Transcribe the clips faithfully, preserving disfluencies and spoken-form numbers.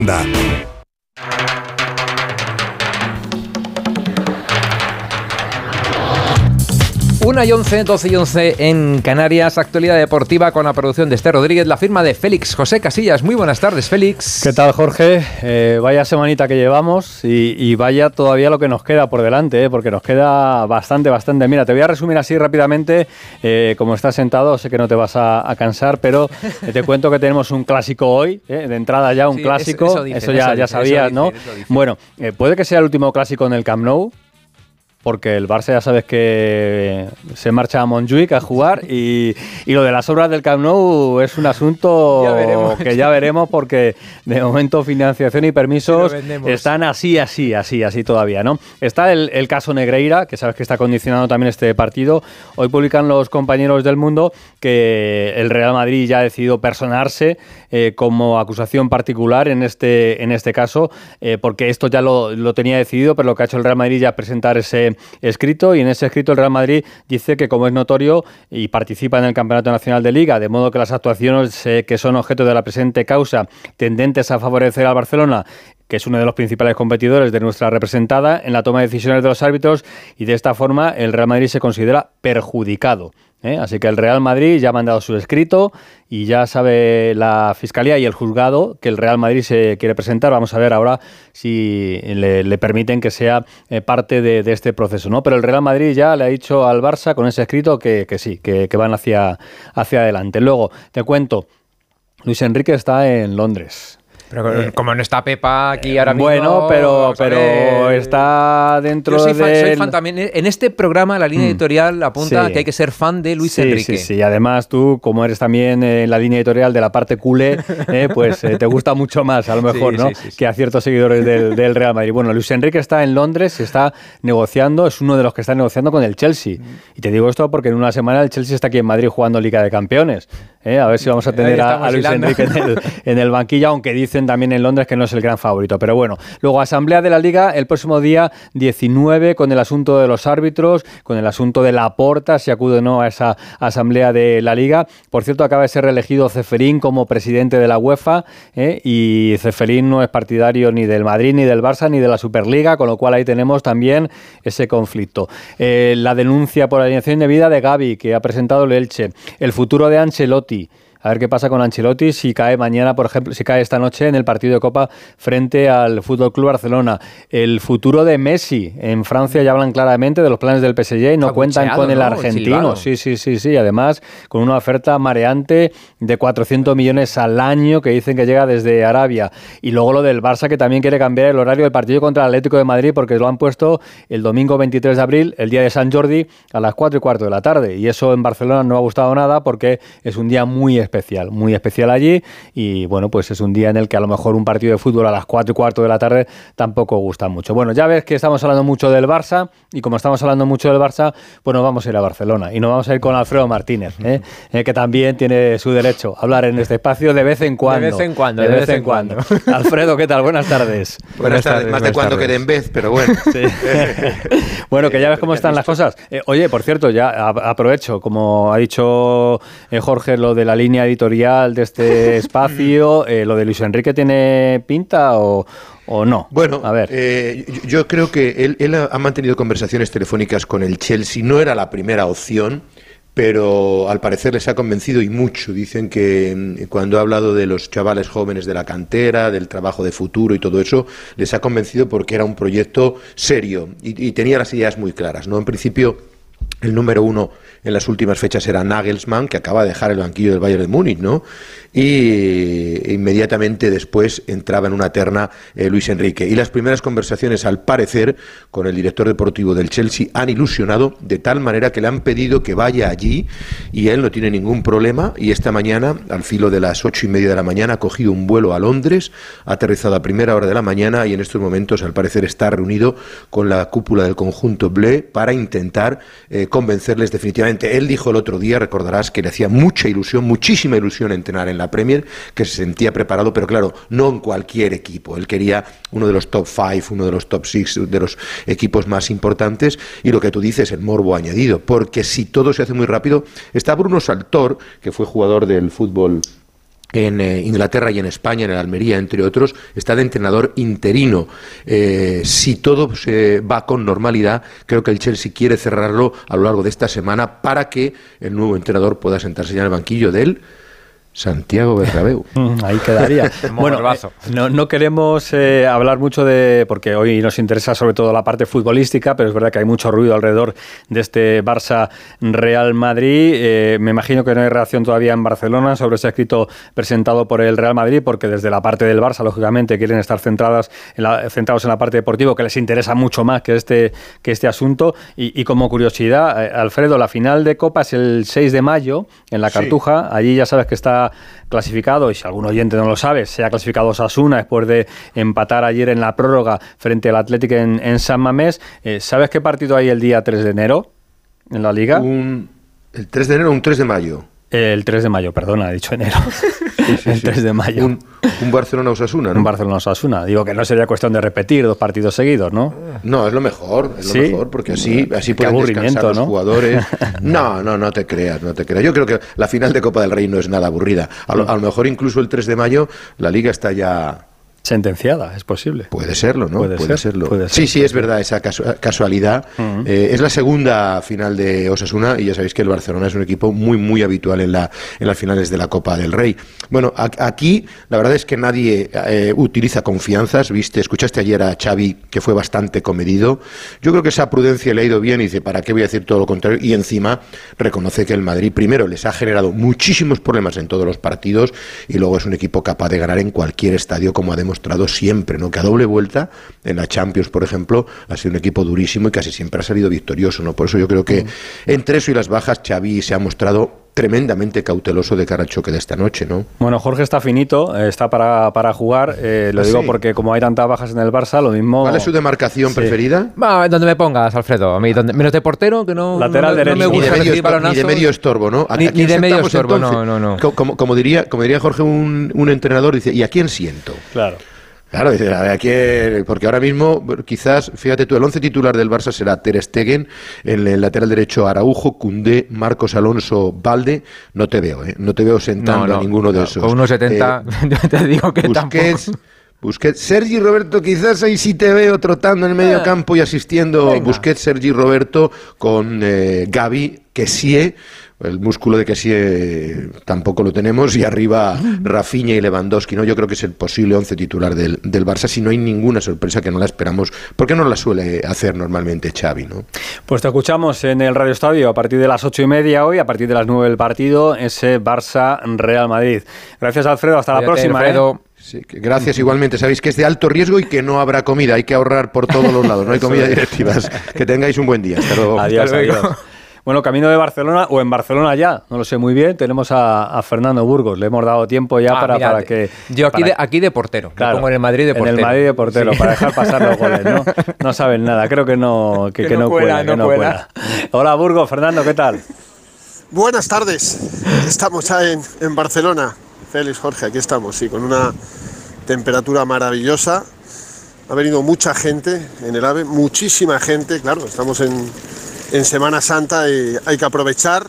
Da. una y once, doce y once en Canarias. Actualidad deportiva con la producción de Esther Rodríguez, la firma de Félix José Casillas. Muy buenas tardes, Félix. ¿Qué tal, Jorge? Eh, vaya semanita que llevamos y, y vaya todavía lo que nos queda por delante, eh, porque nos queda bastante, bastante. Mira, te voy a resumir así rápidamente. Eh, como estás sentado, sé que no te vas a, a cansar, pero eh, te cuento que tenemos un clásico hoy, eh, de entrada ya un sí, clásico. Eso, eso, dicen, eso ya, eso ya sabías, eso ¿no? Dicen, bueno, eh, puede que sea el último clásico en el Camp Nou, porque el Barça ya sabes que se marcha a Montjuic a jugar y, y lo de las obras del Camp Nou es un asunto ya veremos. que ya veremos, porque de momento financiación y permisos están así, así, así, así todavía, ¿no? Está el, el caso Negreira, que sabes que está condicionando también este partido. Hoy publican los compañeros del Mundo que el Real Madrid ya ha decidido personarse eh, como acusación particular en este, en este caso, eh, porque esto ya lo, lo tenía decidido, pero lo que ha hecho el Real Madrid ya es presentar ese escrito, y en ese escrito el Real Madrid dice que, como es notorio, y participa en el Campeonato Nacional de Liga, de modo que las actuaciones eh, que son objeto de la presente causa tendentes a favorecer al Barcelona, que es uno de los principales competidores de nuestra representada, en la toma de decisiones de los árbitros, y de esta forma el Real Madrid se considera perjudicado. ¿Eh? Así que el Real Madrid ya ha mandado su escrito y ya sabe la Fiscalía y el juzgado que el Real Madrid se quiere presentar. Vamos a ver ahora si le, le permiten que sea eh, parte de, de este proceso, ¿no? Pero el Real Madrid ya le ha dicho al Barça con ese escrito que, que sí, que, que van hacia, hacia adelante. Luego, te cuento, Luis Enrique está en Londres. Pero eh, como no está Pepa aquí ahora mismo... Bueno, pero, pero está dentro Yo soy fan, de... soy fan también. En este programa la línea mm. editorial apunta sí. que hay que ser fan de Luis sí, Enrique. Sí, sí, y además tú, como eres también en la línea editorial de la parte culé, eh, pues eh, te gusta mucho más, a lo mejor, sí, ¿no? Sí, sí, sí. que a ciertos seguidores del, del Real Madrid. Bueno, Luis Enrique está en Londres, se está negociando, es uno de los que está negociando con el Chelsea. Mm. Y te digo esto porque en una semana el Chelsea está aquí en Madrid jugando Liga de Campeones. Eh, a ver si vamos a tener a, a Luis Enrique en el, en el banquillo, aunque dicen también en Londres que no es el gran favorito. Pero bueno, luego asamblea de la Liga el próximo día diecinueve con el asunto de los árbitros, con el asunto de Laporta, si acude o no a esa asamblea de la Liga. Por cierto, acaba de ser reelegido Ceferín como presidente de la UEFA, ¿eh? y Ceferín no es partidario ni del Madrid, ni del Barça, ni de la Superliga, con lo cual ahí tenemos también ese conflicto. Eh, la denuncia por alineación indebida de Gavi, que ha presentado el Elche. El futuro de Ancelotti. A ver qué pasa con Ancelotti si cae mañana, por ejemplo, si cae esta noche en el partido de Copa frente al F C Barcelona. El futuro de Messi. En Francia ya hablan claramente de los planes del P S G y no Está cuentan con el ¿no? argentino. El sí, sí, sí, sí. Además, con una oferta mareante de cuatrocientos millones al año que dicen que llega desde Arabia. Y luego lo del Barça, que también quiere cambiar el horario del partido contra el Atlético de Madrid, porque lo han puesto el domingo veintitrés de abril, el día de San Jordi, a las cuatro y cuarto de la tarde. Y eso en Barcelona no ha gustado nada, porque es un día muy especial. especial, muy especial allí, y bueno, pues es un día en el que a lo mejor un partido de fútbol a las cuatro y cuarto de la tarde tampoco gusta mucho. Bueno, ya ves que estamos hablando mucho del Barça, y como estamos hablando mucho del Barça, pues nos vamos a ir a Barcelona, y nos vamos a ir con Alfredo Martínez, ¿eh? Eh, que también tiene su derecho a hablar en este espacio de vez en cuando. De vez en cuando, de, de vez, vez en cuando. cuando. Alfredo, ¿qué tal? Buenas tardes. Buenas, buenas tardes, tardes, más de cuando que de en vez, pero bueno. Sí. Bueno, que ya ves cómo están las cosas. Eh, oye, por cierto, ya aprovecho, como ha dicho eh, Jorge, lo de la línea editorial de este espacio, eh, ¿lo de Luis Enrique tiene pinta o, o no? Bueno, a ver. Eh, yo creo que él, él ha mantenido conversaciones telefónicas con el Chelsea, no era la primera opción, pero al parecer les ha convencido y mucho. Dicen que cuando ha hablado de los chavales jóvenes de la cantera, del trabajo de futuro y todo eso, les ha convencido porque era un proyecto serio y, y tenía las ideas muy claras, ¿no? En principio, el número uno en las últimas fechas era Nagelsmann, que acaba de dejar el banquillo del Bayern de Múnich, ¿no? Y inmediatamente después entraba en una terna eh, Luis Enrique. Y las primeras conversaciones, al parecer, con el director deportivo del Chelsea han ilusionado de tal manera que le han pedido que vaya allí, y él no tiene ningún problema, y esta mañana, al filo de las ocho y media de la mañana, ha cogido un vuelo a Londres, ha aterrizado a primera hora de la mañana, y en estos momentos, al parecer, está reunido con la cúpula del conjunto Bleu para intentar eh, convencerles definitivamente. Él dijo el otro día, recordarás, que le hacía mucha ilusión, muchísima ilusión entrenar en la Premier, que se sentía preparado, pero claro, no en cualquier equipo. Él quería uno de los top cinco, uno de los top seis, de los equipos más importantes, y lo que tú dices, el morbo añadido, porque si todo se hace muy rápido, está Bruno Saltor, que fue jugador del fútbol en eh, Inglaterra y en España, en el Almería, entre otros, está de entrenador interino. Eh, si todo se va con normalidad, creo que el Chelsea quiere cerrarlo a lo largo de esta semana para que el nuevo entrenador pueda sentarse ya en el banquillo del Santiago Bernabéu. Ahí quedaría. Bueno, eh, no, no queremos eh, hablar mucho de, porque hoy nos interesa sobre todo la parte futbolística, pero es verdad que hay mucho ruido alrededor de este Barça-Real Madrid. Eh, me imagino que no hay reacción todavía en Barcelona sobre ese escrito presentado por el Real Madrid, porque desde la parte del Barça, lógicamente, quieren estar centradas en la, centrados en la parte deportiva, que les interesa mucho más que este, que este asunto. Y, y como curiosidad, eh, Alfredo, la final de Copa es el seis de mayo en la Cartuja. Sí. Allí ya sabes que está clasificado, y si algún oyente no lo sabe, se ha clasificado Osasuna después de empatar ayer en la prórroga frente al Athletic en, en San Mamés. Eh, ¿Sabes qué partido hay el día tres de enero en la Liga? Un, ¿El tres de enero o un tres de mayo? El tres de mayo, perdona, he dicho enero. Sí, sí, el tres sí. de mayo. Un, un Barcelona-Osasuna, ¿no? Un Barcelona-Osasuna. Digo que no sería cuestión de repetir dos partidos seguidos, ¿no? No, es lo mejor, es lo ¿Sí? mejor, porque así, así pueden descansar los ¿no? jugadores. No, no, no te creas, no te creas. Yo creo que la final de Copa del Rey no es nada aburrida. A lo, a lo mejor incluso el tres de mayo la Liga está ya sentenciada, es posible. Puede serlo, ¿no? Puede, puede ser, serlo. Puede sí, ser, sí, es verdad esa casu- casualidad. Uh-huh. Eh, es la segunda final de Osasuna y ya sabéis que el Barcelona es un equipo muy, muy habitual en, la, en las finales de la Copa del Rey. Bueno, a, aquí la verdad es que nadie eh, utiliza confianzas. Viste, escuchaste ayer a Xavi, que fue bastante comedido. Yo creo que esa prudencia le ha ido bien y dice, ¿para qué voy a decir todo lo contrario? Y encima reconoce que el Madrid primero les ha generado muchísimos problemas en todos los partidos y luego es un equipo capaz de ganar en cualquier estadio, como ha demostrado siempre, ¿no? Que a doble vuelta en la Champions, por ejemplo, ha sido un equipo durísimo y casi siempre ha salido victorioso, ¿no? Por eso yo creo que entre eso y las bajas, Xavi se ha mostrado tremendamente cauteloso de cara al choque de esta noche, ¿no? Bueno, Jorge está finito, está para, para jugar, eh, lo ¿Ah, digo sí? porque como hay tantas bajas en el Barça, lo mismo... ¿Cuál es su demarcación sí. preferida? Va, donde me pongas, Alfredo, a mí, donde, menos de portero, que no, Lateral no, derecho. no me gusta ni de, recibir balonazos. Ni de medio estorbo, ¿no? Ni, ni de medio estorbo, entonces? no, no, no. Como, como, diría, como diría Jorge, un, un entrenador, dice, ¿y a quién siento? Claro. Claro, dice, a ver, aquí, porque ahora mismo, quizás, fíjate tú, el once titular del Barça será Ter Stegen, en el lateral derecho Araujo, Koundé, Marcos Alonso, Balde. No te veo, ¿eh? No te veo sentando no, no, a ninguno no, de esos. Con uno setenta, eh, yo te digo que Busquets, tampoco. Busquets, Sergi Roberto, quizás ahí sí te veo trotando en el medio campo y asistiendo. Venga. Busquets, Sergi Roberto con eh, Gavi, Kessie. El músculo de Kessie tampoco lo tenemos, y arriba Rafinha y Lewandowski, ¿no? Yo creo que es el posible once titular del, del Barça, si no hay ninguna sorpresa, que no la esperamos, porque no la suele hacer normalmente Xavi, ¿no? Pues te escuchamos en el Radio Estadio a partir de las ocho y media hoy, a partir de las nueve del partido, ese Barça-Real Madrid. Gracias, Alfredo, hasta Cuídate, la próxima. Alfredo. ¿eh? Sí, gracias igualmente. Sabéis que es de alto riesgo y que no habrá comida, hay que ahorrar por todos los lados, no hay comida directivas. Que tengáis un buen día. Hasta luego. Adiós, Hasta luego. adiós. Bueno, camino de Barcelona o en Barcelona ya, no lo sé muy bien, tenemos a, a Fernando Burgos, le hemos dado tiempo ya ah, para, mira, para que... Yo aquí, para, de, aquí de portero, claro, me pongo en el Madrid de portero. En el Madrid de portero, sí. Para dejar pasar los goles, ¿no? No saben nada, creo que no, que, que, que no, no cuela, cuela, que no cuela. cuela. Hola Burgos, Fernando, ¿qué tal? Buenas tardes, estamos ya en, en Barcelona, Félix, Jorge, aquí estamos, sí, con una temperatura maravillosa. Ha venido mucha gente en el AVE, muchísima gente, claro, estamos en... en Semana Santa y hay que aprovechar.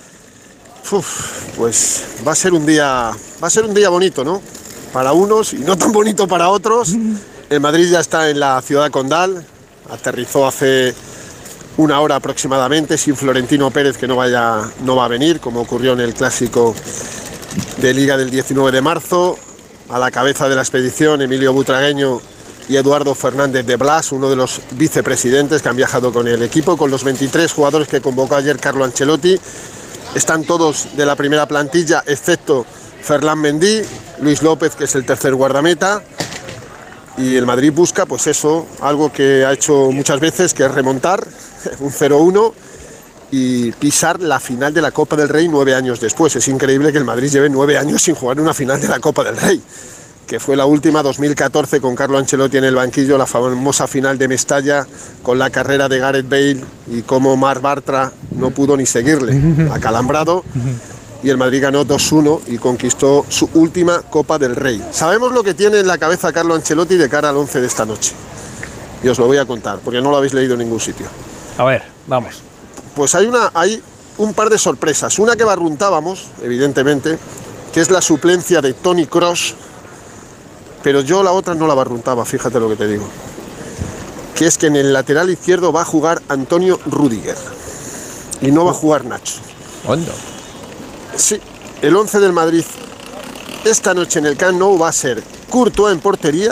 Uf, pues va a ser un día, va a ser un día bonito, ¿no? Para unos y no tan bonito para otros. El Madrid ya está en la ciudad condal, aterrizó hace una hora aproximadamente, sin Florentino Pérez, que no vaya, no va a venir, como ocurrió en el clásico de Liga del diecinueve de marzo. A la cabeza de la expedición, Emilio Butragueño y Eduardo Fernández de Blas, uno de los vicepresidentes que han viajado con el equipo, con los veintitrés jugadores que convocó ayer Carlo Ancelotti. Están todos de la primera plantilla, excepto Ferland Mendy, Luis López, que es el tercer guardameta, y el Madrid busca, pues eso, algo que ha hecho muchas veces, que es remontar, un cero uno, y pisar la final de la Copa del Rey nueve años después. Es increíble que el Madrid lleve nueve años sin jugar una final de la Copa del Rey, que fue la última, dos mil catorce, con Carlo Ancelotti en el banquillo, la famosa final de Mestalla, con la carrera de Gareth Bale y cómo Marc Bartra no pudo ni seguirle, acalambrado, y el Madrid ganó dos uno y conquistó su última Copa del Rey. Sabemos lo que tiene en la cabeza Carlo Ancelotti de cara al once de esta noche, y os lo voy a contar, porque no lo habéis leído en ningún sitio. A ver, vamos. Pues hay, una, hay un par de sorpresas. Una que barruntábamos, evidentemente, que es la suplencia de Toni Kroos, pero yo la otra no la barruntaba, fíjate lo que te digo, que es que en el lateral izquierdo va a jugar Antonio Rüdiger y no va a jugar Nacho. ¿Hondo? Sí, el once del Madrid esta noche en el Camp Nou va a ser Courtois en portería,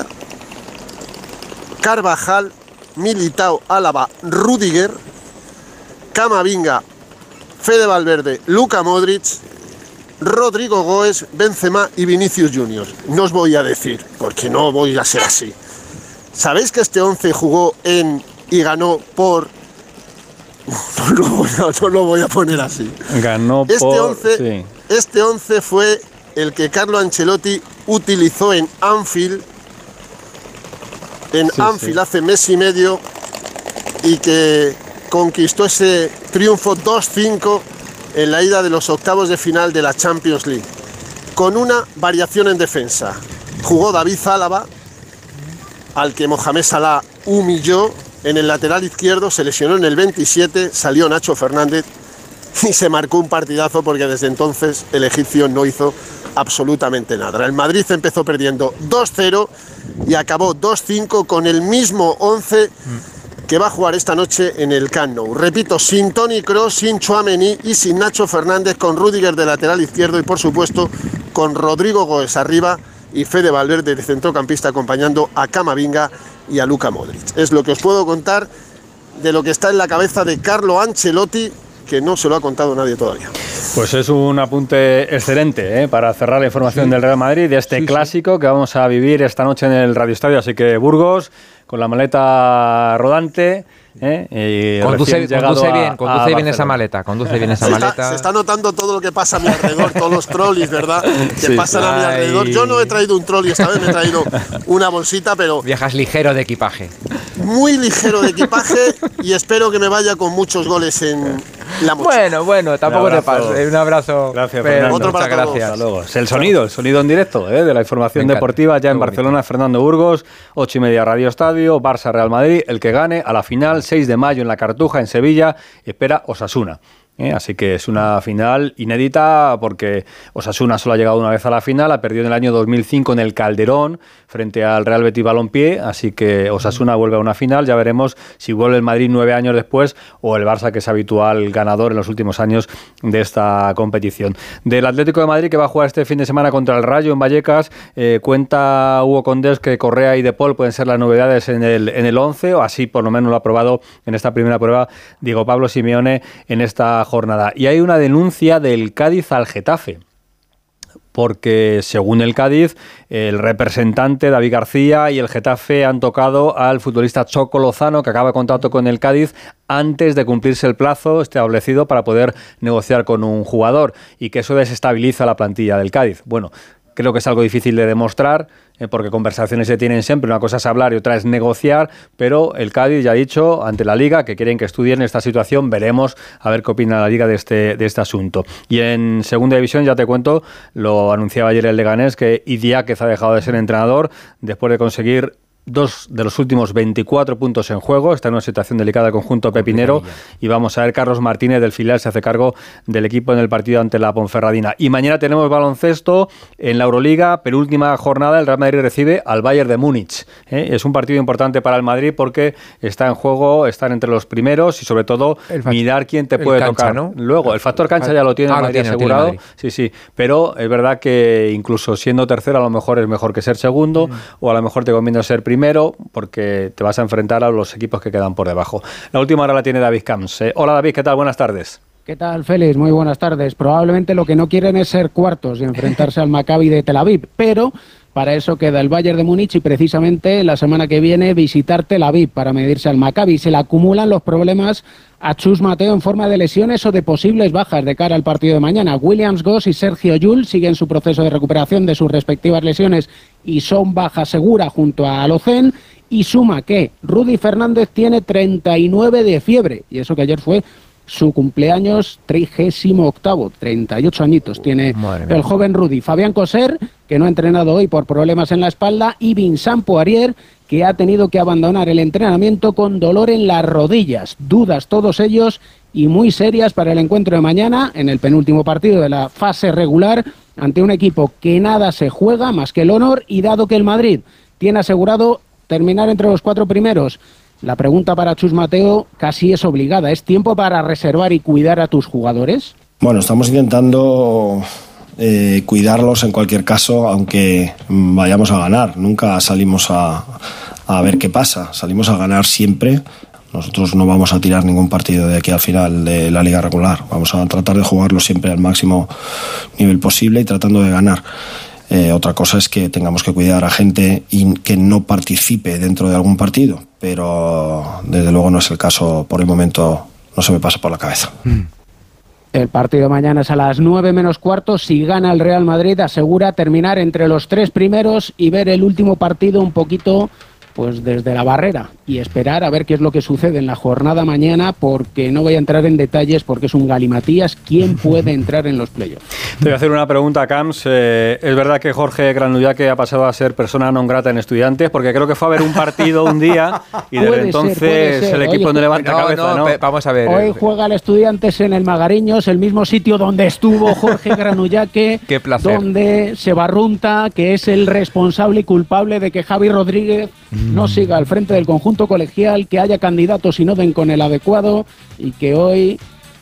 Carvajal, Militao, Álava, Rüdiger, Camavinga, Fede Valverde, Luka Modric, Rodrigo Goes, Benzema y Vinicius Junior. No os voy a decir, porque no voy a ser así. ¿Sabéis que este once jugó en y ganó por... No, no, no, no lo voy a poner así. Ganó este por... once, sí. Este once fue el que Carlo Ancelotti utilizó en Anfield, en sí, Anfield sí. hace mes y medio, y que conquistó ese triunfo dos cinco en la ida de los octavos de final de la Champions League, con una variación en defensa. Jugó David Álava, al que Mohamed Salah humilló. En el lateral izquierdo se lesionó en el veintisiete, salió Nacho Fernández y se marcó un partidazo, porque desde entonces el egipcio no hizo absolutamente nada. El Madrid empezó perdiendo dos cero y acabó dos cinco con el mismo once que va a jugar esta noche en el Camp Nou. Repito, sin Toni Kroos, sin Tchouaméni y sin Nacho Fernández, con Rüdiger de lateral izquierdo y por supuesto con Rodrigo Goes arriba y Fede Valverde de centrocampista acompañando a Camavinga y a Luka Modric. Es lo que os puedo contar de lo que está en la cabeza de Carlo Ancelotti, que no se lo ha contado nadie todavía. Pues es un apunte excelente, ¿eh? Para cerrar la información sí. del Real Madrid, de este sí, clásico sí. que vamos a vivir esta noche en el Radio Estadio. Así que Burgos, con la maleta rodante... ¿Eh? Conduce, conduce bien, a, conduce a bien esa maleta, conduce bien esa se maleta. Está, se está notando todo lo que pasa a mi alrededor, todos los trolleys, ¿verdad? Que sí. pasan a mi alrededor. Yo no he traído un trolley esta vez, me he traído una bolsita, pero... Viajas ligero de equipaje. Muy ligero de equipaje y espero que me vaya con muchos goles en la mochila. Bueno, bueno, tampoco te pases. Un abrazo. Gracias, Fernando. Otro para Muchas gracias. Hasta luego. Es el sonido, el sonido en directo ¿eh? de la información deportiva ya en Barcelona. Fernando Burgos, ocho y media Radio Estadio, Barça Real Madrid, el que gane a la final, seis de mayo en la Cartuja, en Sevilla, espera Osasuna. ¿Eh? Así que es una final inédita porque Osasuna solo ha llegado una vez a la final, ha perdido en el año dos mil cinco en el Calderón frente al Real Betis Balompié, así que Osasuna vuelve a una final, ya veremos si vuelve el Madrid nueve años después o el Barça, que es habitual ganador en los últimos años de esta competición. Del Atlético de Madrid, que va a jugar este fin de semana contra el Rayo en Vallecas, eh, cuenta Hugo Condés que Correa y De Paul pueden ser las novedades en el, en el once, o así por lo menos lo ha probado en esta primera prueba Diego Pablo Simeone en esta jornada. Y hay una denuncia del Cádiz al Getafe, porque según el Cádiz, el representante David García y el Getafe han tocado al futbolista Choco Lozano, que acaba contrato con el Cádiz antes de cumplirse el plazo establecido para poder negociar con un jugador, y que eso desestabiliza la plantilla del Cádiz. Bueno, creo que es algo difícil de demostrar, eh, porque conversaciones se tienen siempre, una cosa es hablar y otra es negociar, pero el Cádiz ya ha dicho ante la Liga que quieren que estudien esta situación. Veremos a ver qué opina la Liga de este, de este asunto. Y en Segunda División, ya te cuento, lo anunciaba ayer el Leganés, que Idiáquez ha dejado de ser entrenador después de conseguir dos de los últimos veinticuatro puntos en juego. Está en una situación delicada el conjunto pepinero, y vamos a ver, Carlos Martínez del filial se hace cargo del equipo en el partido ante la Ponferradina. Y mañana tenemos baloncesto en la Euroliga, penúltima jornada. El Real Madrid recibe al Bayern de Múnich. ¿eh? Es un partido importante para el Madrid porque está en juego, están entre los primeros y sobre todo mirar quién te puede cancha, tocar. ¿no? Luego, el factor cancha ya lo tiene ah, el Madrid tiene, asegurado. Madrid. Sí, sí, pero es verdad que incluso siendo tercero a lo mejor es mejor que ser segundo, mm. o a lo mejor te conviene ser primero, porque te vas a enfrentar a los equipos que quedan por debajo. La última hora la tiene David Camps. Eh, hola David, ¿qué tal? Buenas tardes. ¿Qué tal, Félix? Muy buenas tardes. Probablemente lo que no quieren es ser cuartos y enfrentarse al Maccabi de Tel Aviv, pero para eso queda el Bayern de Múnich y precisamente la semana que viene visitar Tel Aviv para medirse al Maccabi. Se le acumulan los problemas a Chus Mateo en forma de lesiones o de posibles bajas de cara al partido de mañana. Williams Goss y Sergio Llull siguen su proceso de recuperación de sus respectivas lesiones y son baja segura junto a Alocen. Y suma que Rudy Fernández tiene treinta y nueve de fiebre, y eso que ayer fue su cumpleaños trigésimo octavo, treinta y ocho añitos tiene el joven Rudy. Fabián Coser, que no ha entrenado hoy por problemas en la espalda, y Vincent Poirier, que ha tenido que abandonar el entrenamiento con dolor en las rodillas. Dudas todos ellos y muy serias para el encuentro de mañana, en el penúltimo partido de la fase regular ante un equipo que nada se juega más que el honor, y dado que el Madrid tiene asegurado terminar entre los cuatro primeros, la pregunta para Chus Mateo casi es obligada. ¿Es tiempo para reservar y cuidar a tus jugadores? Bueno, estamos intentando eh, cuidarlos en cualquier caso, aunque vayamos a ganar. Nunca salimos a, a ver qué pasa, salimos a ganar siempre. Nosotros no vamos a tirar ningún partido de aquí al final de la liga regular. Vamos a tratar de jugarlo siempre al máximo nivel posible y tratando de ganar. Eh, otra cosa es que tengamos que cuidar a gente y que no participe dentro de algún partido, pero desde luego no es el caso. Por el momento no se me pasa por la cabeza. El partido mañana es a las nueve menos cuarto. Si gana el Real Madrid, asegura terminar entre los tres primeros y ver el último partido un poquito pues desde la barrera y esperar a ver qué es lo que sucede en la jornada mañana, porque no voy a entrar en detalles porque es un galimatías quién puede entrar en los playoffs. Te voy a hacer una pregunta, Camps. Eh, ¿Es verdad que Jorge Granullaque ha pasado a ser persona non grata en Estudiantes? Porque creo que fue a ver un partido un día y desde entonces ser, ser. el equipo Oye, no levanta no, cabeza, ¿no? ¿no? Vamos a ver. Hoy juega el Estudiantes en el Magariños, el mismo sitio donde estuvo Jorge Granullaque, Qué placer. donde se barrunta que es el responsable y culpable de que Javi Rodríguez mm. no siga al frente del conjunto colegial, que haya candidatos y no den con el adecuado, y que hoy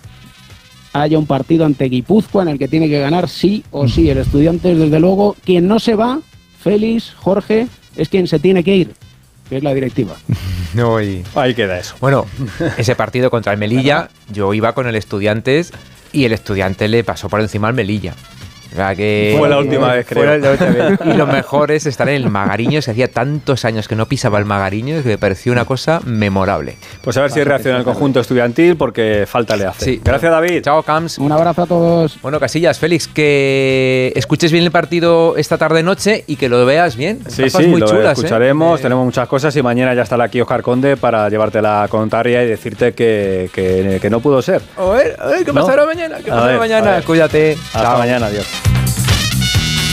haya un partido ante Guipúzcoa en el que tiene que ganar sí o sí el Estudiantes. Desde luego, quien no se va, Félix, Jorge, es quien se tiene que ir, que es la directiva. No, y... Ahí queda eso. Bueno, ese partido contra el Melilla, yo iba con el Estudiantes y el Estudiante le pasó por encima al Melilla. O sea que fue la última vez, creo. Fue la última vez. Y lo mejor es estar en el Magariños. Hacía tantos años que no pisaba el Magariños que me pareció una cosa memorable. Pues a ver si reacciona el conjunto estudiantil, porque falta le hace. Sí. Gracias, David. Chao, Camps. Un abrazo a todos. Bueno, Casillas, Félix, que escuches bien el partido esta tarde-noche y que lo veas bien. Sí, sí, muy lo chulas, escucharemos. ¿eh? Tenemos muchas cosas y mañana ya estará aquí Óscar Conde para llevarte la contraria y decirte que, que, que no pudo ser. A ver, a ver, ¿qué pasará ¿no? mañana? ¿Qué pasará mañana? Cuídate. Hasta Chao. mañana, adiós.